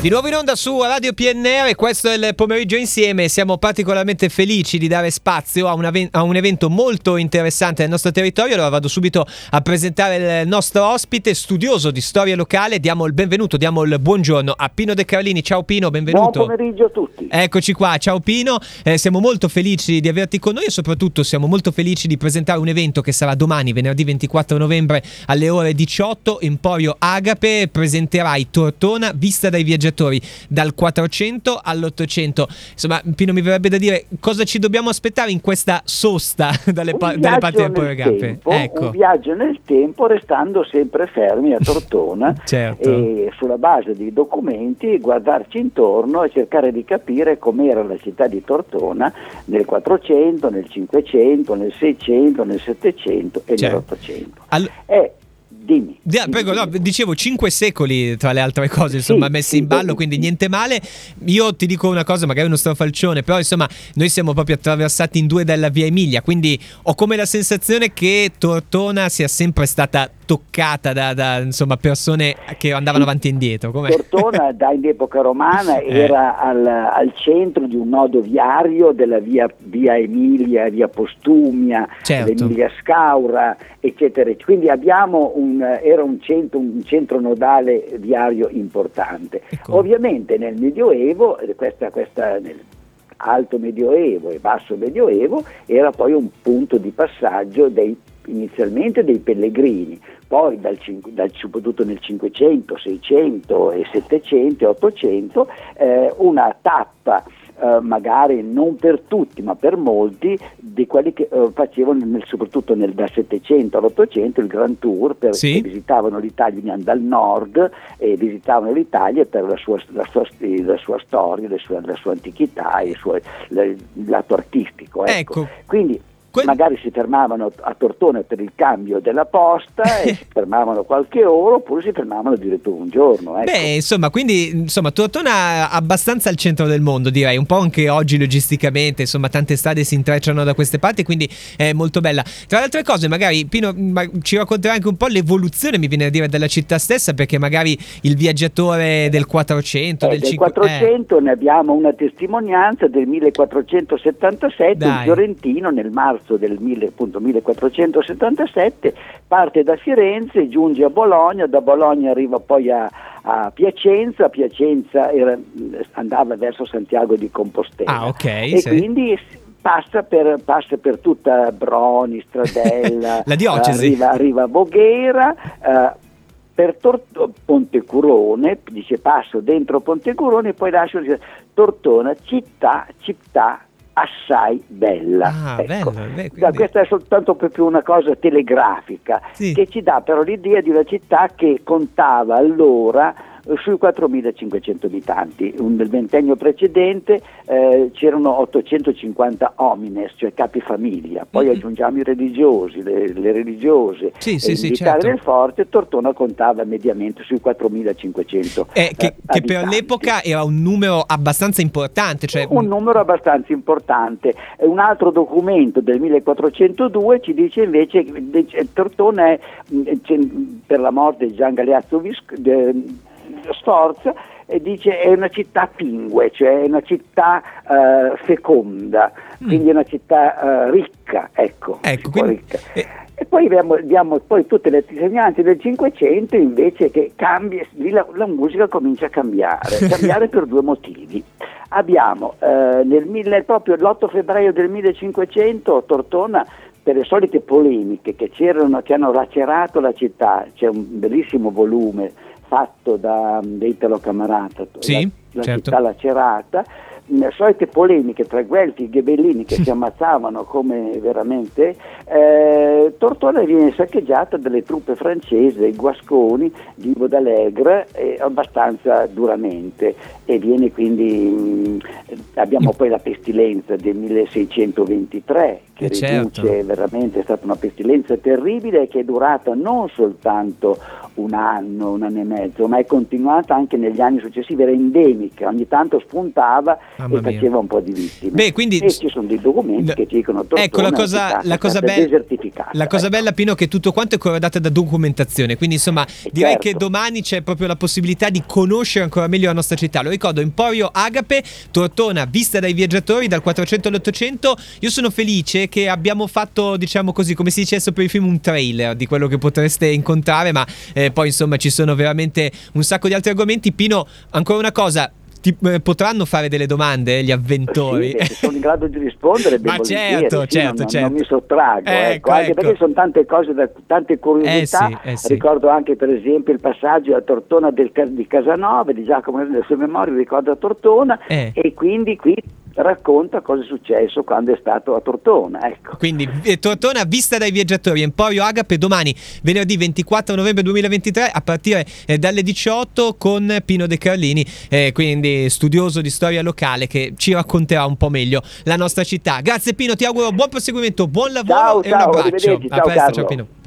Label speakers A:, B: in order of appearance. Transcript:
A: Di nuovo in onda su Radio PNR, e questo è il pomeriggio insieme. Siamo particolarmente felici di dare spazio a un evento molto interessante nel nostro territorio. Allora vado subito a presentare il nostro ospite, studioso di storia locale. Diamo il benvenuto, diamo il buongiorno a Pino De Carlini. Ciao Pino, benvenuto.
B: Buon pomeriggio a tutti.
A: Eccoci qua, ciao Pino. Siamo molto felici di averti con noi e soprattutto siamo molto felici di presentare un evento che sarà domani, venerdì 24 novembre alle ore 18. Emporio Agape presenterai Tortona vista dai viaggiatori dal 400 all'800. Insomma, Pino, mi verrebbe da dire cosa ci dobbiamo aspettare in questa sosta dalle parti di Emporio Agape.
B: Un viaggio nel tempo, restando sempre fermi a Tortona.
A: Certo.
B: E sulla base di documenti guardarci intorno e cercare di capire com'era la città di Tortona nel 400, nel 500, nel 600, nel 700 e nell'800. Dimmi.
A: Prego, no, dicevo 5 secoli tra le altre cose, insomma, messi in ballo, quindi niente male. Io ti dico una cosa, magari uno strafalcione, però insomma noi siamo proprio attraversati in due dalla via Emilia, quindi ho come la sensazione che Tortona sia sempre stata toccata da insomma persone che andavano avanti e indietro. Com'è?
B: Tortona da in epoca romana era al centro di un nodo viario della via Emilia, via Postumia, Emilia Scaura, eccetera. Quindi abbiamo era un centro nodale viario importante. Ecco. Ovviamente nel Medioevo, questa nel Alto Medioevo e Basso Medioevo, era poi un punto di passaggio inizialmente dei pellegrini, poi soprattutto nel 500, 600 e 700 e 800 una tappa magari non per tutti ma per molti di quelli che facevano soprattutto dal 700 all'800 il Grand Tour, che visitavano l'Italia dal nord e visitavano l'Italia per la sua storia, la sua antichità e il lato artistico. Ecco. Quindi magari si fermavano a Tortona per il cambio della posta e si fermavano qualche ora, oppure si fermavano addirittura un giorno. Ecco.
A: Beh, quindi Tortona abbastanza al centro del mondo, direi, un po' anche oggi logisticamente, insomma tante strade si intrecciano da queste parti, quindi è molto bella. Tra le altre cose, magari Pino ci racconterà anche un po' l'evoluzione, mi viene a dire, della città stessa, perché magari il viaggiatore del 400, del
B: 400 ne abbiamo una testimonianza del 1477, un fiorentino nel marzo del 1477 parte da Firenze, giunge a Bologna, da Bologna arriva poi a Piacenza andava verso Santiago di Compostela. Quindi passa per tutta Broni, Stradella,
A: la diocesi.
B: Arriva a Voghera, per Pontecurone, dice passo dentro Pontecurone e poi lascio Tortona, città assai bella. Ecco. Questa è soltanto proprio una cosa telegrafica che ci dà però l'idea di una città che contava allora sui 4.500 abitanti. Nel ventennio precedente c'erano 850 homines, cioè capifamiglia, poi aggiungiamo i religiosi, le religiose e i militari del forte. Tortona contava mediamente sui 4.500
A: che per l'epoca era un numero abbastanza importante,
B: un numero abbastanza importante. Un altro documento del 1402 ci dice invece che Tortona è, per la morte di Gian Galeazzo Sforza, dice è una città pingue, cioè è una città feconda, quindi è una città ricca, ricca. E poi abbiamo poi tutte le testimonianze del 500 invece che cambia, la musica comincia a cambiare per due motivi. Abbiamo proprio l'8 febbraio del 1500 Tortona, per le solite polemiche che hanno lacerato la città, c'è un bellissimo volume fatto da Italo Camarata, la città lacerata, solite polemiche tra Guelfi e Ghibellini che si ammazzavano come veramente. Tortona viene saccheggiata dalle truppe francesi, dai Guasconi di Baudelaire, abbastanza duramente, e viene quindi abbiamo poi la pestilenza del 1623 che riduce veramente, è stata una pestilenza terribile che è durata non soltanto un anno e mezzo, ma è continuata anche negli anni successivi, era endemica, ogni tanto spuntava e faceva un po' di vittime.
A: Beh, quindi,
B: e ci sono dei documenti che ci dicono Tortona,
A: ecco, la cosa bella, Pino, che tutto quanto è corredata da documentazione, quindi insomma direi che domani c'è proprio la possibilità di conoscere ancora meglio la nostra città. Lo ricordo, Emporio Agape, Tortona vista dai viaggiatori dal 400 all'800. Io sono felice che abbiamo fatto, diciamo così, come si dicesse per il film, un trailer di quello che potreste incontrare, ma poi insomma ci sono veramente un sacco di altri argomenti. Pino, ancora una cosa, potranno fare delle domande gli avventori?
B: Sì, se sono in grado di rispondere,
A: ma certo.
B: Non mi sottraggo, anche perché sono tante cose, tante curiosità.
A: Sì.
B: Ricordo anche per esempio il passaggio a Tortona di Casanova, di Giacomo nelle sue memorie ricorda Tortona, e quindi qui racconta cosa è successo quando è stato a Tortona, ecco.
A: Quindi Tortona vista dai viaggiatori, Emporio Agape, domani venerdì 24 novembre 2023 a partire dalle 18 con Pino De Carlini, quindi studioso di storia locale, che ci racconterà un po' meglio la nostra città. Grazie Pino, ti auguro buon proseguimento, buon lavoro, e un abbraccio. A presto, ciao Pino.